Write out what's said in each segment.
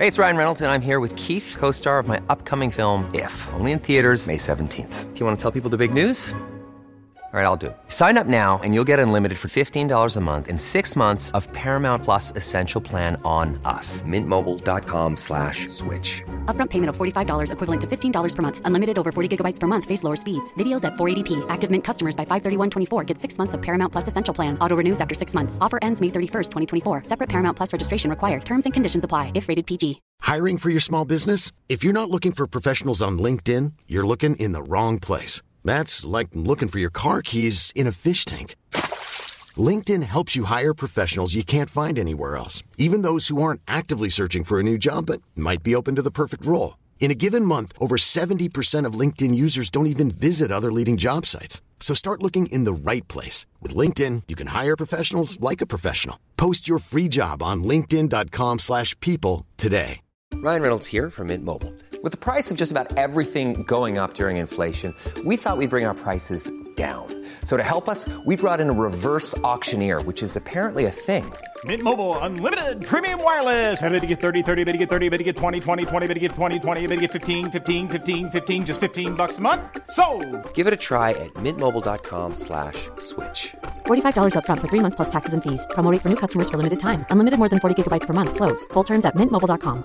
Hey, it's Ryan Reynolds, and I'm here with Keith, co-star of my upcoming film, If, only in theaters May 17th. Do you want to tell people the big news? All right, I'll do it. Sign up now and you'll get unlimited for $15 a month and 6 months of Paramount Plus Essential Plan on us. MintMobile.com/switch. Upfront payment of $45 equivalent to $15 per month. Unlimited over 40 gigabytes per month. Face lower speeds. Videos at 480p. Active Mint customers by 531.24 get 6 months of Paramount Plus Essential Plan. Auto renews after 6 months. Offer ends May 31st, 2024. Separate Paramount Plus registration required. Terms and conditions apply if rated PG. Hiring for your small business? If you're not looking for professionals on LinkedIn, you're looking in the wrong place. That's like looking for your car keys in a fish tank. LinkedIn helps you hire professionals you can't find anywhere else, even those who aren't actively searching for a new job but might be open to the perfect role. In a given month, over 70% of LinkedIn users don't even visit other leading job sites. So start looking in the right place. With LinkedIn, you can hire professionals like a professional. Post your free job on linkedin.com/people today. Ryan Reynolds here from Mint Mobile. With the price of just about everything going up during inflation, we thought we'd bring our prices down. So to help us, we brought in a reverse auctioneer, which is apparently a thing. Mint Mobile Unlimited Premium Wireless. How to get 30, 30, how to get 30, how to get 20, 20, 20, how to get 20, 20, how to get 15, 15, 15, 15, just $15 a month? Sold! Give it a try at mintmobile.com/switch. $45 upfront for 3 months plus taxes and fees. Promo rate for new customers for limited time. Unlimited more than 40 gigabytes per month. Slows full terms at mintmobile.com.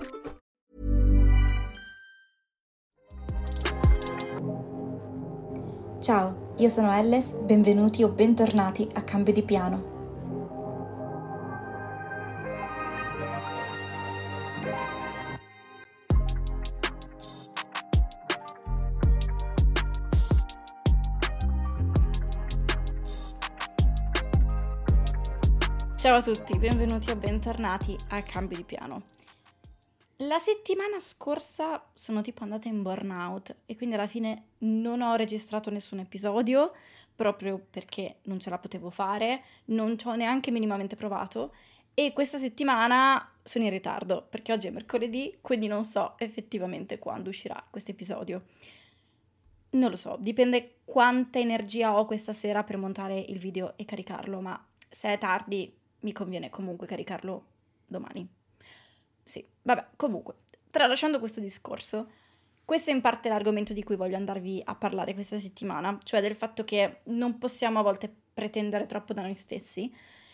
Ciao, io sono Elles, benvenuti o bentornati a Cambio di Piano. Ciao a tutti, benvenuti o bentornati a Cambio di Piano. La settimana scorsa sono tipo andata in burnout e quindi alla fine non ho registrato nessun episodio proprio perché non ce la potevo fare, non ci ho neanche minimamente provato e questa settimana sono in ritardo perché oggi è mercoledì, quindi non so effettivamente quando uscirà questo episodio. Non lo so, dipende quanta energia ho questa sera per montare il video e caricarlo, ma se è tardi mi conviene comunque caricarlo domani. Sì, vabbè, comunque, tralasciando questo discorso, questo è in parte l'argomento di cui voglio andarvi a parlare questa settimana, cioè del fatto che non possiamo a volte pretendere troppo da noi stessi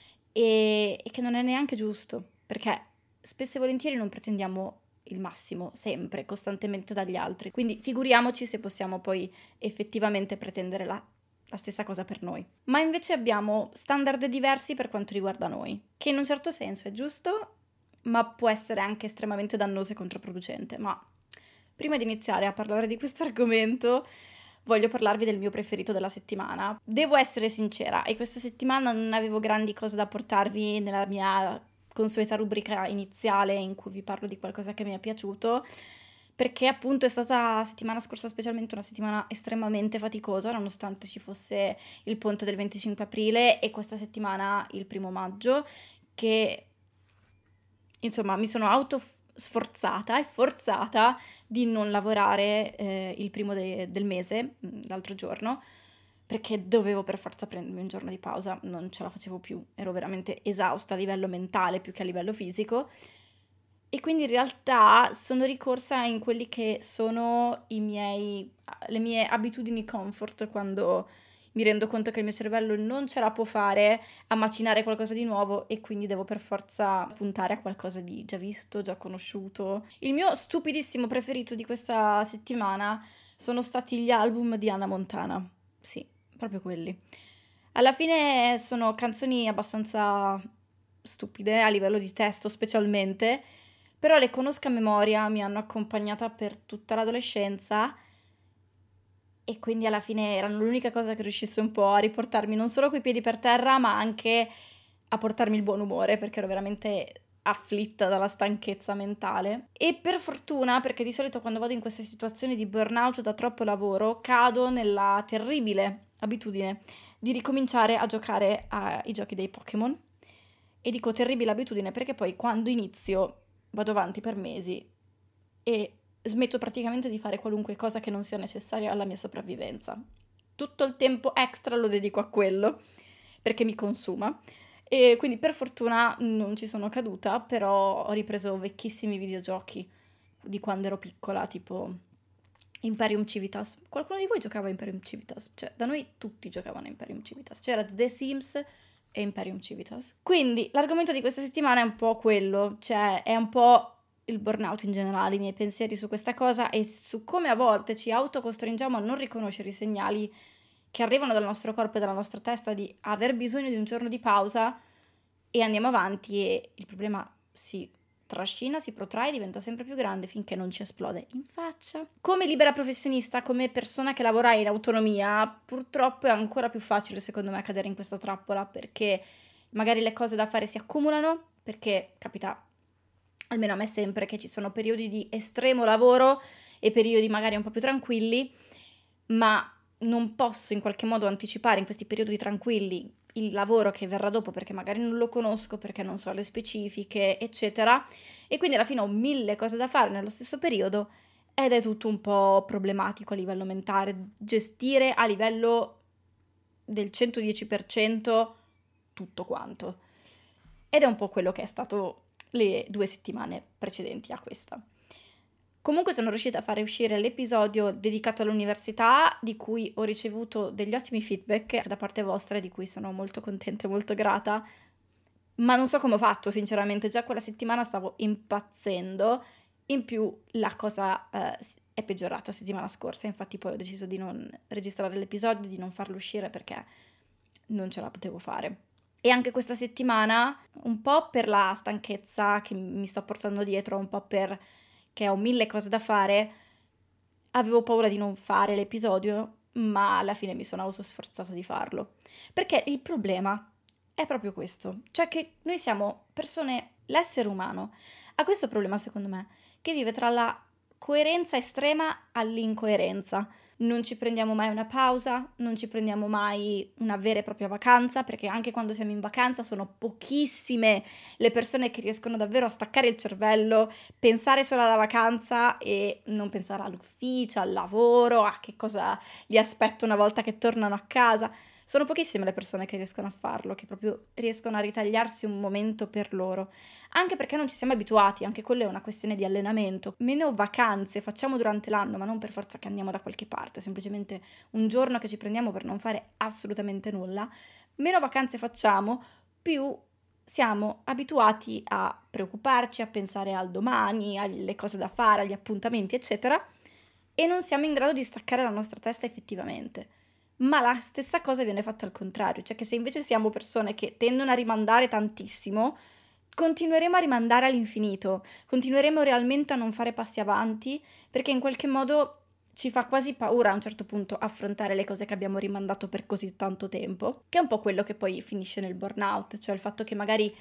e che non è neanche giusto, perché spesso e volentieri non pretendiamo il massimo, sempre, costantemente dagli altri, quindi figuriamoci se possiamo poi effettivamente pretendere la stessa cosa per noi. Ma invece abbiamo standard diversi per quanto riguarda noi, che in un certo senso è giusto, ma può essere anche estremamente dannoso e controproducente. Ma prima di iniziare a parlare di questo argomento, voglio parlarvi del mio preferito della settimana. Devo essere sincera, e questa settimana non avevo grandi cose da portarvi nella mia consueta rubrica iniziale in cui vi parlo di qualcosa che mi è piaciuto, perché appunto è stata la settimana scorsa specialmente una settimana estremamente faticosa, nonostante ci fosse il ponte del 25 aprile e questa settimana il 1 maggio, che insomma, mi sono sforzata e forzata di non lavorare il primo del mese, l'altro giorno, perché dovevo per forza prendermi un giorno di pausa, non ce la facevo più, ero veramente esausta a livello mentale più che a livello fisico, e quindi in realtà sono ricorsa in quelli che sono le mie abitudini comfort quando mi rendo conto che il mio cervello non ce la può fare a macinare qualcosa di nuovo e quindi devo per forza puntare a qualcosa di già visto, già conosciuto. Il mio stupidissimo preferito di questa settimana sono stati gli album di Hannah Montana. Sì, proprio quelli. Alla fine sono canzoni abbastanza stupide a livello di testo specialmente, però le conosco a memoria, mi hanno accompagnata per tutta l'adolescenza e quindi alla fine erano l'unica cosa che riuscisse un po' a riportarmi non solo coi piedi per terra, ma anche a portarmi il buon umore, perché ero veramente afflitta dalla stanchezza mentale. E per fortuna, perché di solito quando vado in queste situazioni di burnout da troppo lavoro, cado nella terribile abitudine di ricominciare a giocare ai giochi dei Pokémon. E dico terribile abitudine perché poi quando inizio vado avanti per mesi e smetto praticamente di fare qualunque cosa che non sia necessaria alla mia sopravvivenza. Tutto il tempo extra lo dedico a quello, perché mi consuma. E quindi per fortuna non ci sono caduta, però ho ripreso vecchissimi videogiochi di quando ero piccola, tipo Imperium Civitas. Qualcuno di voi giocava a Imperium Civitas? Cioè, da noi tutti giocavano a Imperium Civitas. C'era The Sims e Imperium Civitas. Quindi l'argomento di questa settimana è un po' quello, cioè è un po' il burnout in generale, i miei pensieri su questa cosa e su come a volte ci autocostringiamo a non riconoscere i segnali che arrivano dal nostro corpo e dalla nostra testa di aver bisogno di un giorno di pausa e andiamo avanti e il problema si trascina, si protrae, diventa sempre più grande finché non ci esplode in faccia. Come libera professionista, come persona che lavora in autonomia, purtroppo è ancora più facile secondo me cadere in questa trappola perché magari le cose da fare si accumulano, perché capita almeno a me sempre che ci sono periodi di estremo lavoro e periodi magari un po' più tranquilli, ma non posso in qualche modo anticipare in questi periodi tranquilli il lavoro che verrà dopo perché magari non lo conosco, perché non so le specifiche, eccetera, e quindi alla fine ho 1000 cose da fare nello stesso periodo ed è tutto un po' problematico a livello mentale, gestire a livello del 110% tutto quanto. Ed è un po' quello che è stato le 2 settimane precedenti a questa. Comunque sono riuscita a fare uscire l'episodio dedicato all'università, di cui ho ricevuto degli ottimi feedback da parte vostra, di cui sono molto contenta e molto grata, ma non so come ho fatto sinceramente, già quella settimana stavo impazzendo, in più la cosa è peggiorata settimana scorsa, infatti poi ho deciso di non registrare l'episodio, di non farlo uscire perché non ce la potevo fare. E anche questa settimana, un po' per la stanchezza che mi sto portando dietro, un po' per che ho 1000 cose da fare, avevo paura di non fare l'episodio, ma alla fine mi sono autosforzata di farlo. Perché il problema è proprio questo, cioè che noi siamo persone, l'essere umano ha questo problema secondo me, che vive tra la coerenza estrema all'incoerenza. Non ci prendiamo mai una pausa, non ci prendiamo mai una vera e propria vacanza, perché anche quando siamo in vacanza sono pochissime le persone che riescono davvero a staccare il cervello, pensare solo alla vacanza e non pensare all'ufficio, al lavoro, a che cosa li aspetta una volta che tornano a casa. Sono pochissime le persone che riescono a farlo, che proprio riescono a ritagliarsi un momento per loro. Anche perché non ci siamo abituati, anche quello è una questione di allenamento. Meno vacanze facciamo durante l'anno, ma non per forza che andiamo da qualche parte, semplicemente un giorno che ci prendiamo per non fare assolutamente nulla. Meno vacanze facciamo, più siamo abituati a preoccuparci, a pensare al domani, alle cose da fare, agli appuntamenti, eccetera, e non siamo in grado di staccare la nostra testa effettivamente. Ma la stessa cosa viene fatta al contrario, cioè che se invece siamo persone che tendono a rimandare tantissimo, continueremo a rimandare all'infinito, continueremo realmente a non fare passi avanti, perché in qualche modo ci fa quasi paura a un certo punto affrontare le cose che abbiamo rimandato per così tanto tempo, che è un po' quello che poi finisce nel burnout, cioè il fatto che magari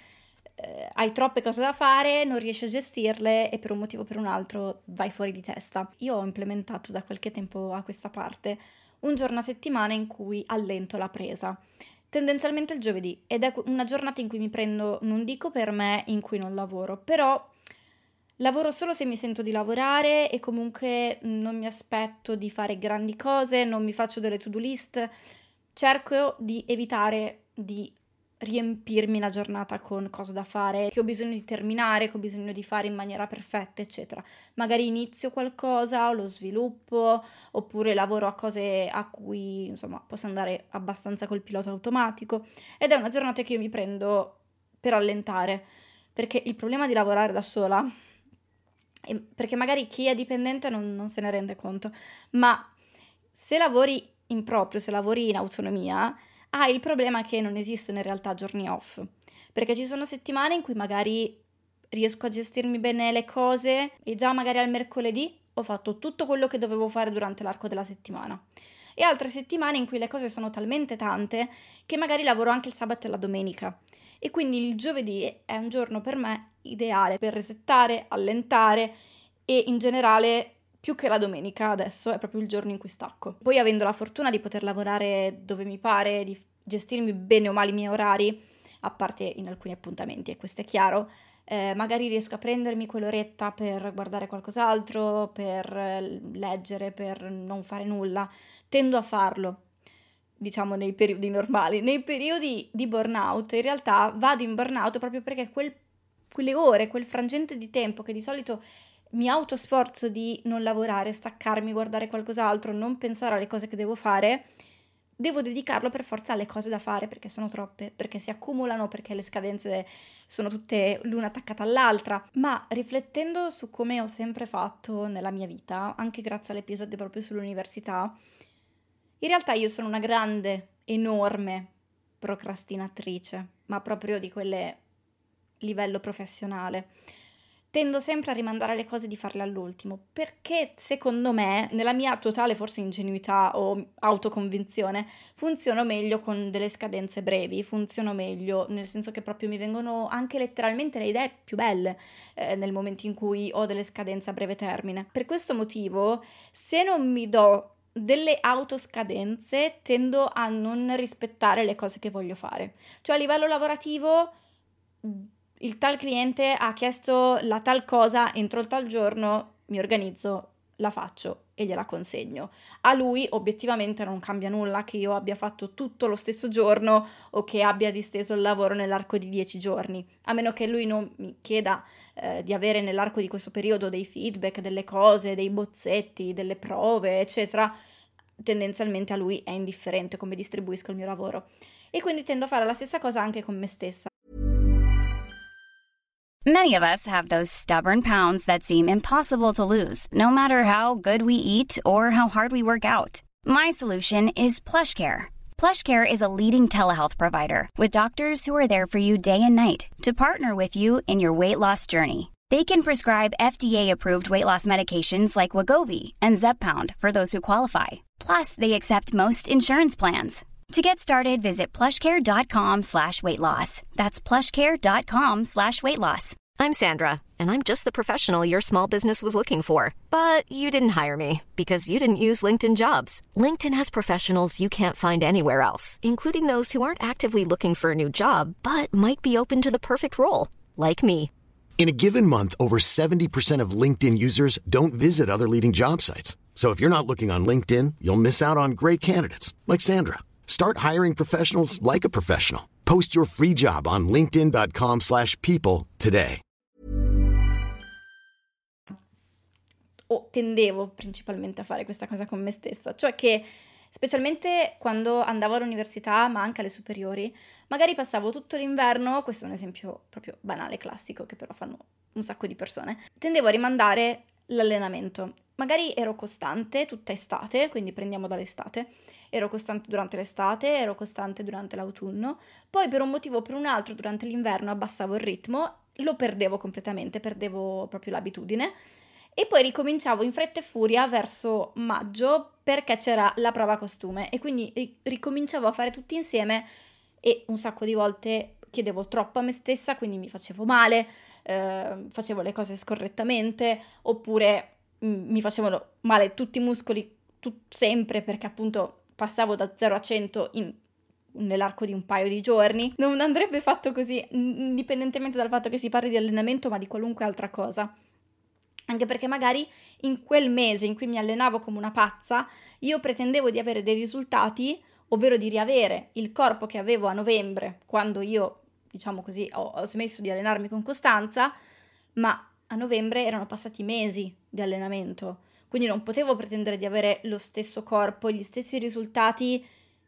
hai troppe cose da fare, non riesci a gestirle e per un motivo o per un altro vai fuori di testa. Io ho implementato da qualche tempo a questa parte un giorno a settimana in cui allento la presa, tendenzialmente il giovedì, ed è una giornata in cui mi prendo, non dico per me, in cui non lavoro, però lavoro solo se mi sento di lavorare e comunque non mi aspetto di fare grandi cose, non mi faccio delle to-do list, cerco di evitare di riempirmi la giornata con cose da fare, che ho bisogno di terminare, che ho bisogno di fare in maniera perfetta, eccetera. Magari inizio qualcosa, o lo sviluppo, oppure lavoro a cose a cui, insomma, posso andare abbastanza col pilota automatico. Ed è una giornata che io mi prendo per allentare, perché il problema di lavorare da sola, perché magari chi è dipendente non se ne rende conto, ma se lavori in proprio, se lavori in autonomia, il problema che non esistono in realtà giorni off, perché ci sono settimane in cui magari riesco a gestirmi bene le cose e già magari al mercoledì ho fatto tutto quello che dovevo fare durante l'arco della settimana, e altre settimane in cui le cose sono talmente tante che magari lavoro anche il sabato e la domenica, e quindi il giovedì è un giorno per me ideale per resettare, allentare e in generale, più che la domenica adesso, è proprio il giorno in cui stacco. Poi avendo la fortuna di poter lavorare dove mi pare, di gestirmi bene o male i miei orari, a parte in alcuni appuntamenti, e questo è chiaro, magari riesco a prendermi quell'oretta per guardare qualcos'altro, per leggere, per non fare nulla. Tendo a farlo. diciamo nei periodi normali. Nei periodi di burnout, in realtà vado in burnout proprio perché quelle ore, quel frangente di tempo che di solito mi autosforzo di non lavorare, staccarmi, guardare qualcos'altro, non pensare alle cose che devo fare, devo dedicarlo per forza alle cose da fare, perché sono troppe, perché si accumulano, perché le scadenze sono tutte l'una attaccata all'altra. Ma riflettendo su come ho sempre fatto nella mia vita, anche grazie all'episodio proprio sull'università, in realtà io sono una grande, enorme procrastinatrice, ma proprio di quelle livello professionale. Tendo sempre a rimandare le cose di farle all'ultimo, perché secondo me, nella mia totale forse ingenuità o autoconvinzione, funziono meglio con delle scadenze brevi, funziono meglio, nel senso che proprio mi vengono anche letteralmente le idee più belle nel momento in cui ho delle scadenze a breve termine. Per questo motivo, se non mi do delle autoscadenze, tendo a non rispettare le cose che voglio fare. Cioè a livello lavorativo il tal cliente ha chiesto la tal cosa entro il tal giorno, mi organizzo, la faccio e gliela consegno. A lui obiettivamente non cambia nulla che io abbia fatto tutto lo stesso giorno o che abbia disteso il lavoro nell'arco di 10 giorni, a meno che lui non mi chieda di avere nell'arco di questo periodo dei feedback, delle cose, dei bozzetti, delle prove, eccetera. Tendenzialmente a lui è indifferente come distribuisco il mio lavoro e quindi tendo a fare la stessa cosa anche con me stessa. Many of us have those stubborn pounds that seem impossible to lose, no matter how good we eat or how hard we work out. My solution is PlushCare. PlushCare is a leading telehealth provider with doctors who are there for you day and night to partner with you in your weight loss journey. They can prescribe FDA-approved weight loss medications like Wegovy and Zepbound for those who qualify. Plus, they accept most insurance plans. To get started, visit plushcare.com/weightloss. That's plushcare.com/weightloss. I'm Sandra, and I'm just the professional your small business was looking for. But you didn't hire me because you didn't use LinkedIn Jobs. LinkedIn has professionals you can't find anywhere else, including those who aren't actively looking for a new job, but might be open to the perfect role, like me. In a given month, over 70% of LinkedIn users don't visit other leading job sites. So if you're not looking on LinkedIn, you'll miss out on great candidates like Sandra. Start hiring professionals like a professional. Post your free job on linkedin.com/people today. Tendevo principalmente a fare questa cosa con me stessa, cioè che specialmente quando andavo all'università, ma anche alle superiori, magari passavo tutto l'inverno, questo è un esempio proprio banale, classico, che però fanno un sacco di persone, tendevo a rimandare l'allenamento. Magari ero costante tutta estate, quindi prendiamo dall'estate, ero costante durante l'estate, ero costante durante l'autunno, poi per un motivo o per un altro durante l'inverno abbassavo il ritmo, lo perdevo completamente, perdevo proprio l'abitudine e poi ricominciavo in fretta e furia verso maggio perché c'era la prova costume e quindi ricominciavo a fare tutti insieme e un sacco di volte chiedevo troppo a me stessa, quindi mi facevo male, facevo le cose scorrettamente oppure mi facevano male tutti i muscoli sempre perché appunto passavo da 0 a 100 nell'arco di un paio di giorni. Non andrebbe fatto così, indipendentemente dal fatto che si parli di allenamento, ma di qualunque altra cosa. Anche perché magari in quel mese in cui mi allenavo come una pazza, io pretendevo di avere dei risultati, ovvero di riavere il corpo che avevo a novembre, quando io, diciamo così, ho smesso di allenarmi con costanza, ma a novembre erano passati mesi di allenamento. Quindi non potevo pretendere di avere lo stesso corpo e gli stessi risultati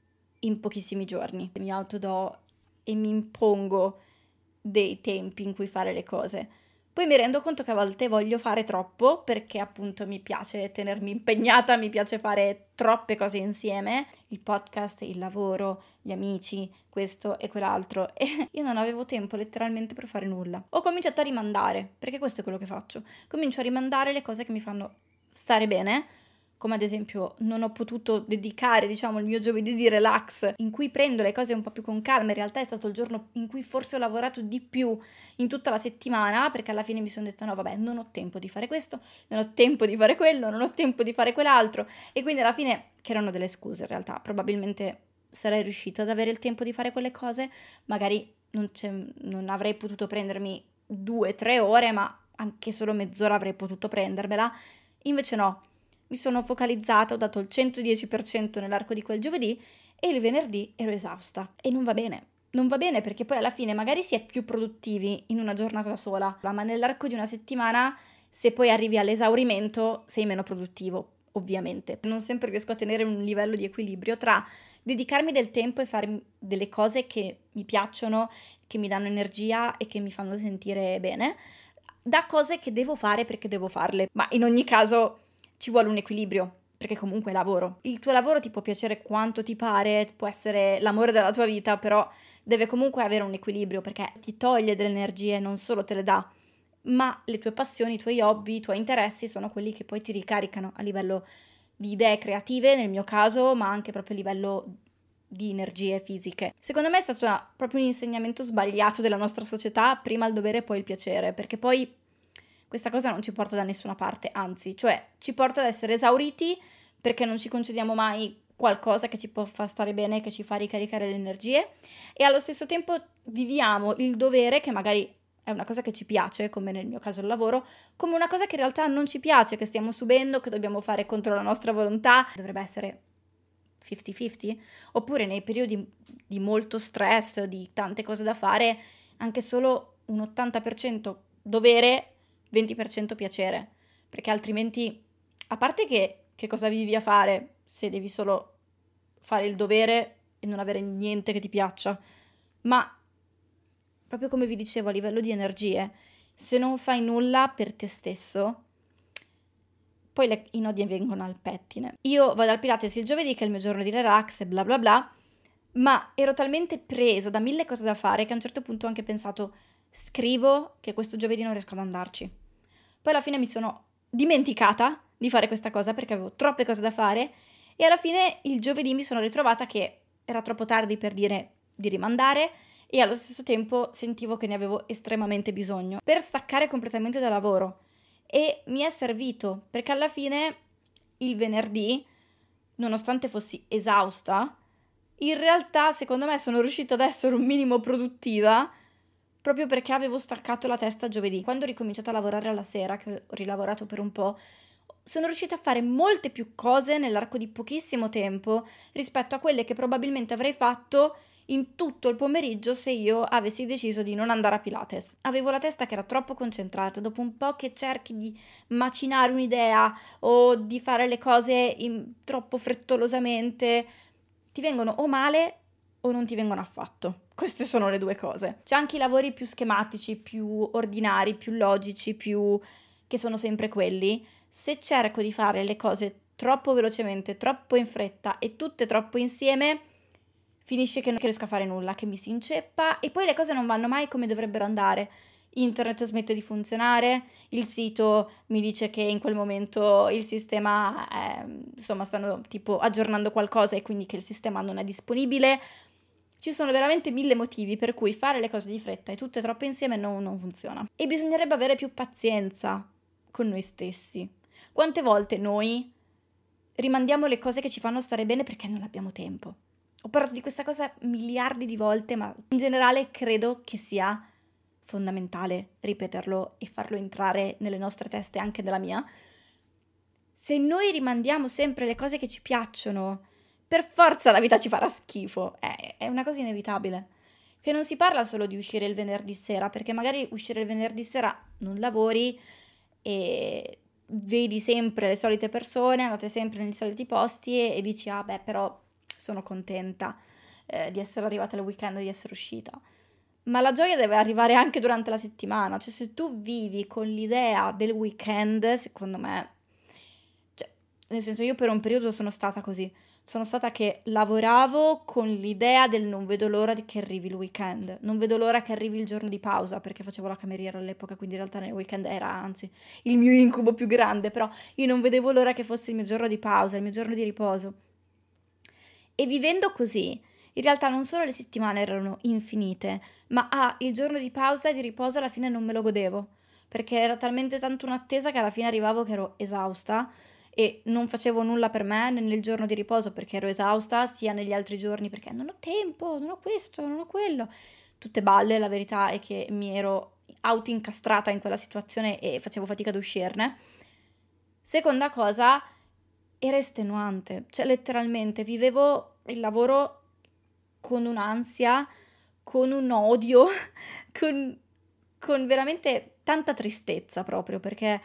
in pochissimi giorni. Mi autodo e mi impongo dei tempi in cui fare le cose. Poi mi rendo conto che a volte voglio fare troppo perché appunto mi piace tenermi impegnata, mi piace fare troppe cose insieme, il podcast, il lavoro, gli amici, questo e quell'altro e io non avevo tempo letteralmente per fare nulla. Ho cominciato a rimandare, perché questo è quello che faccio, comincio a rimandare le cose che mi fanno stare bene, come ad esempio non ho potuto dedicare, diciamo, il mio giovedì di relax, in cui prendo le cose un po' più con calma, in realtà è stato il giorno in cui forse ho lavorato di più in tutta la settimana, perché alla fine mi sono detta no vabbè, non ho tempo di fare questo, non ho tempo di fare quello, non ho tempo di fare quell'altro, e quindi alla fine, che erano delle scuse in realtà, probabilmente sarei riuscita ad avere il tempo di fare quelle cose, magari non avrei potuto prendermi 2-3 ore, ma anche solo mezz'ora avrei potuto prendermela, invece no. mi sono focalizzata, ho dato il 110% nell'arco di quel giovedì e il venerdì ero esausta. E non va bene. Non va bene perché poi alla fine magari si è più produttivi in una giornata sola, ma nell'arco di una settimana, se poi arrivi all'esaurimento, sei meno produttivo, ovviamente. Non sempre riesco a tenere un livello di equilibrio tra dedicarmi del tempo e fare delle cose che mi piacciono, che mi danno energia e che mi fanno sentire bene, da cose che devo fare perché devo farle. Ma in ogni caso ci vuole un equilibrio, perché comunque è lavoro. Il tuo lavoro ti può piacere quanto ti pare, può essere l'amore della tua vita, però deve comunque avere un equilibrio, perché ti toglie delle energie, non solo te le dà, ma le tue passioni, i tuoi hobby, i tuoi interessi sono quelli che poi ti ricaricano a livello di idee creative, nel mio caso, ma anche proprio a livello di energie fisiche. Secondo me è stato proprio un insegnamento sbagliato della nostra società, prima il dovere e poi il piacere, perché poi questa cosa non ci porta da nessuna parte, anzi, cioè ci porta ad essere esauriti perché non ci concediamo mai qualcosa che ci può far stare bene, che ci fa ricaricare le energie, e allo stesso tempo viviamo il dovere, che magari è una cosa che ci piace, come nel mio caso il lavoro, come una cosa che in realtà non ci piace, che stiamo subendo, che dobbiamo fare contro la nostra volontà. Dovrebbe essere 50-50, oppure nei periodi di molto stress, di tante cose da fare, anche solo un 80% dovere, 20% piacere, perché altrimenti, a parte che cosa vivi a fare se devi solo fare il dovere e non avere niente che ti piaccia, ma proprio come vi dicevo a livello di energie, se non fai nulla per te stesso, poi i nodi vengono al pettine. Io vado al Pilates il giovedì, che è il mio giorno di relax e bla bla bla, ma ero talmente presa da 1000 cose da fare che a un certo punto ho anche pensato, scrivo che questo giovedì non riesco ad andarci. Poi alla fine mi sono dimenticata di fare questa cosa perché avevo troppe cose da fare, e alla fine il giovedì mi sono ritrovata che era troppo tardi per dire di rimandare, e allo stesso tempo sentivo che ne avevo estremamente bisogno per staccare completamente dal lavoro. E mi è servito, perché alla fine il venerdì, nonostante fossi esausta, in realtà secondo me sono riuscita ad essere un minimo produttiva proprio perché avevo staccato la testa giovedì. Quando ho ricominciato a lavorare alla sera, che ho rilavorato per un po', sono riuscita a fare molte più cose nell'arco di pochissimo tempo rispetto a quelle che probabilmente avrei fatto in tutto il pomeriggio se io avessi deciso di non andare a Pilates. Avevo la testa che era troppo concentrata. Dopo un po' che cerchi di macinare un'idea o di fare le cose troppo frettolosamente, ti vengono o male o non ti vengono affatto. Queste sono le due cose. C'è anche i lavori più schematici, più ordinari, più logici, che sono sempre quelli. Se cerco di fare le cose troppo velocemente, troppo in fretta e tutte troppo insieme, finisce che non riesco a fare nulla, che mi si inceppa e poi le cose non vanno mai come dovrebbero andare. Internet smette di funzionare, il sito mi dice che in quel momento il sistema, stanno tipo aggiornando qualcosa e quindi che il sistema non è disponibile. Ci sono veramente 1000 motivi per cui fare le cose di fretta e tutte troppo insieme non funziona. E bisognerebbe avere più pazienza con noi stessi. Quante volte noi rimandiamo le cose che ci fanno stare bene perché non abbiamo tempo? Ho parlato di questa cosa miliardi di volte, ma in generale credo che sia fondamentale ripeterlo e farlo entrare nelle nostre teste, anche nella mia. Se noi rimandiamo sempre le cose che ci piacciono, per forza la vita ci farà schifo. È una cosa inevitabile. Che non si parla solo di uscire il venerdì sera, perché magari uscire il venerdì sera non lavori e vedi sempre le solite persone, andate sempre nei soliti posti e dici, però sono contenta di essere arrivata al weekend e di essere uscita. Ma la gioia deve arrivare anche durante la settimana. Cioè, se tu vivi con l'idea del weekend, secondo me, nel senso, io per un periodo sono stata così. Sono stata che lavoravo con l'idea del non vedo l'ora che arrivi il weekend, non vedo l'ora che arrivi il giorno di pausa, perché facevo la cameriera all'epoca, quindi in realtà nel weekend era anzi il mio incubo più grande, però io non vedevo l'ora che fosse il mio giorno di pausa, il mio giorno di riposo. E vivendo così, in realtà non solo le settimane erano infinite, ma il giorno di pausa e di riposo alla fine non me lo godevo, perché era talmente tanto un'attesa che alla fine arrivavo che ero esausta e non facevo nulla per me né nel giorno di riposo perché ero esausta, sia negli altri giorni perché non ho tempo, non ho questo, non ho quello. Tutte balle, la verità è che mi ero autoincastrata in quella situazione e facevo fatica ad uscirne. Seconda cosa, era estenuante, cioè letteralmente vivevo il lavoro con un'ansia, con un odio, con veramente tanta tristezza proprio, perché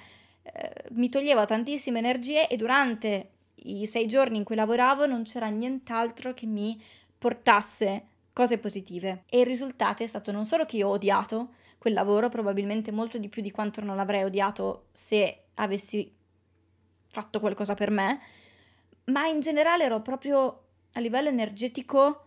mi toglieva tantissime energie e durante i 6 giorni in cui lavoravo non c'era nient'altro che mi portasse cose positive. E il risultato è stato non solo che io ho odiato quel lavoro, probabilmente molto di più di quanto non l'avrei odiato se avessi fatto qualcosa per me, ma in generale ero proprio a livello energetico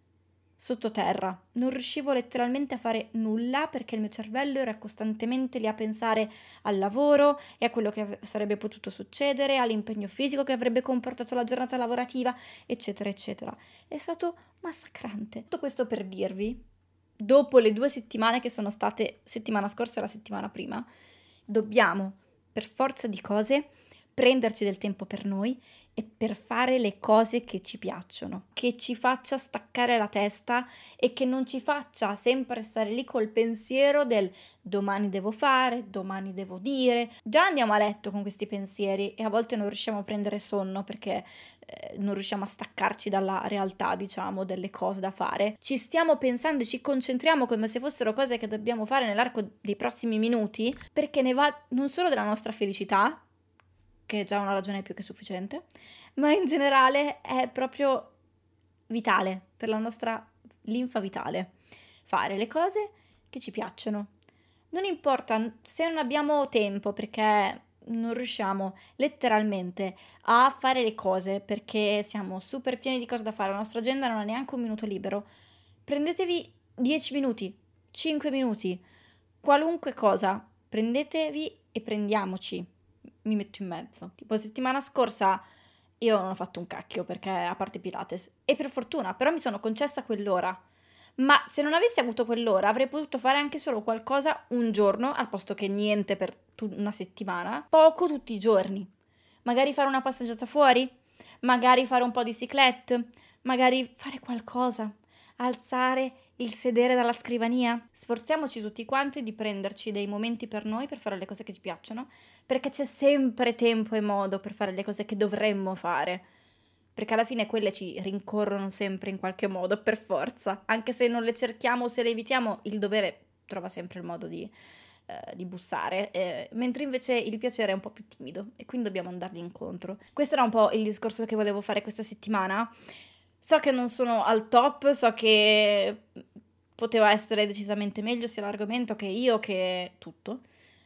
sottoterra. Non riuscivo letteralmente a fare nulla perché il mio cervello era costantemente lì a pensare al lavoro e a quello che sarebbe potuto succedere, all'impegno fisico che avrebbe comportato la giornata lavorativa, eccetera, eccetera. È stato massacrante. Tutto questo per dirvi, dopo le 2 settimane che sono state settimana scorsa e la settimana prima, dobbiamo, per forza di cose, prenderci del tempo per noi e per fare le cose che ci piacciono, che ci faccia staccare la testa e che non ci faccia sempre stare lì col pensiero del domani devo fare, domani devo dire. Già andiamo a letto con questi pensieri e a volte non riusciamo a prendere sonno perché non riusciamo a staccarci dalla realtà, diciamo, delle cose da fare. Ci stiamo pensando e ci concentriamo come se fossero cose che dobbiamo fare nell'arco dei prossimi minuti, perché ne va non solo della nostra felicità, che è già una ragione più che sufficiente, ma in generale è proprio vitale, per la nostra linfa vitale, fare le cose che ci piacciono. Non importa se non abbiamo tempo, perché non riusciamo letteralmente a fare le cose, perché siamo super pieni di cose da fare, la nostra agenda non ha neanche un minuto libero. Prendetevi 10 minuti, 5 minuti, qualunque cosa, prendetevi e prendiamoci. Mi metto in mezzo. Tipo settimana scorsa io non ho fatto un cacchio perché a parte Pilates, e per fortuna, però mi sono concessa quell'ora. Ma se non avessi avuto quell'ora avrei potuto fare anche solo qualcosa un giorno al posto che niente per una settimana, poco tutti i giorni. Magari fare una passeggiata fuori, magari fare un po' di cyclette, magari fare qualcosa, alzare il sedere dalla scrivania. Sforziamoci tutti quanti di prenderci dei momenti per noi, per fare le cose che ci piacciono, perché c'è sempre tempo e modo per fare le cose che dovremmo fare, perché alla fine quelle ci rincorrono sempre in qualche modo, per forza, anche se non le cerchiamo o se le evitiamo, il dovere trova sempre il modo di bussare, mentre invece il piacere è un po' più timido e quindi dobbiamo andargli incontro. Questo era un po' il discorso che volevo fare questa settimana. So che non sono al top, so che poteva essere decisamente meglio sia l'argomento che io, che tutto,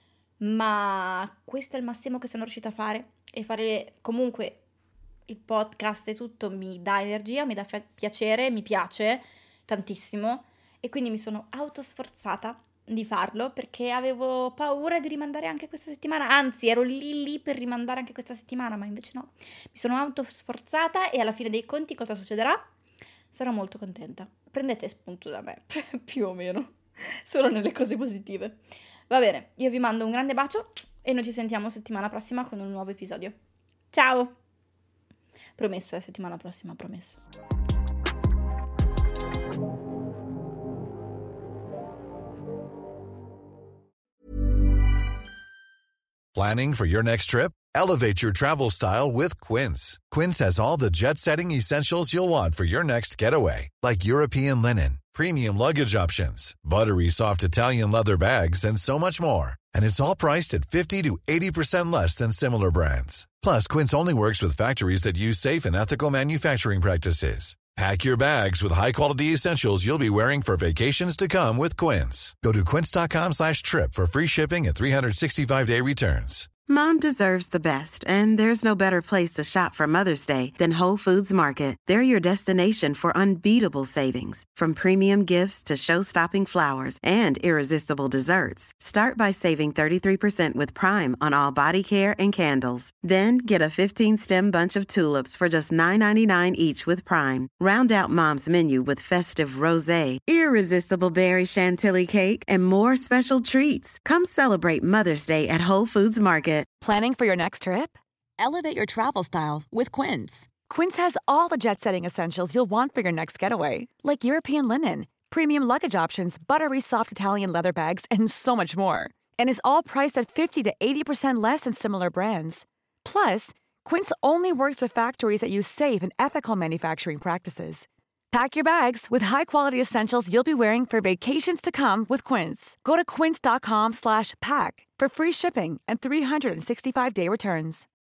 ma questo è il massimo che sono riuscita a fare, e fare comunque il podcast e tutto mi dà energia, mi dà piacere, mi piace tantissimo, e quindi mi sono autosforzata di farlo perché avevo paura di rimandare anche questa settimana, anzi ero lì per rimandare anche questa settimana, ma invece no, mi sono autosforzata e alla fine dei conti cosa succederà? Sarò molto contenta. Prendete spunto da me, più o meno, solo nelle cose positive. Va bene, io vi mando un grande bacio e noi ci sentiamo settimana prossima con un nuovo episodio. Ciao! Promesso, settimana prossima, promesso. Planning for your next trip? Elevate your travel style with Quince. Quince has all the jet-setting essentials you'll want for your next getaway, like European linen, premium luggage options, buttery soft Italian leather bags, and so much more. And it's all priced at 50 to 80% less than similar brands. Plus, Quince only works with factories that use safe and ethical manufacturing practices. Pack your bags with high-quality essentials you'll be wearing for vacations to come with Quince. Go to quince.com/trip for free shipping and 365-day returns. Mom deserves the best, and there's no better place to shop for Mother's Day than Whole Foods Market. They're your destination for unbeatable savings, from premium gifts to show-stopping flowers and irresistible desserts. Start by saving 33% with Prime on all body care and candles. Then get a 15-stem bunch of tulips for just $9.99 each with Prime. Round out Mom's menu with festive rosé, irresistible berry chantilly cake, and more special treats. Come celebrate Mother's Day at Whole Foods Market. Planning for your next trip? Elevate your travel style with Quince. Quince has all the jet-setting essentials you'll want for your next getaway, like European linen, premium luggage options, buttery soft Italian leather bags, and so much more. And is all priced at 50 to 80% less than similar brands. Plus, Quince only works with factories that use safe and ethical manufacturing practices. Pack your bags with high-quality essentials you'll be wearing for vacations to come with Quince. Go to quince.com/pack for free shipping and 365-day returns.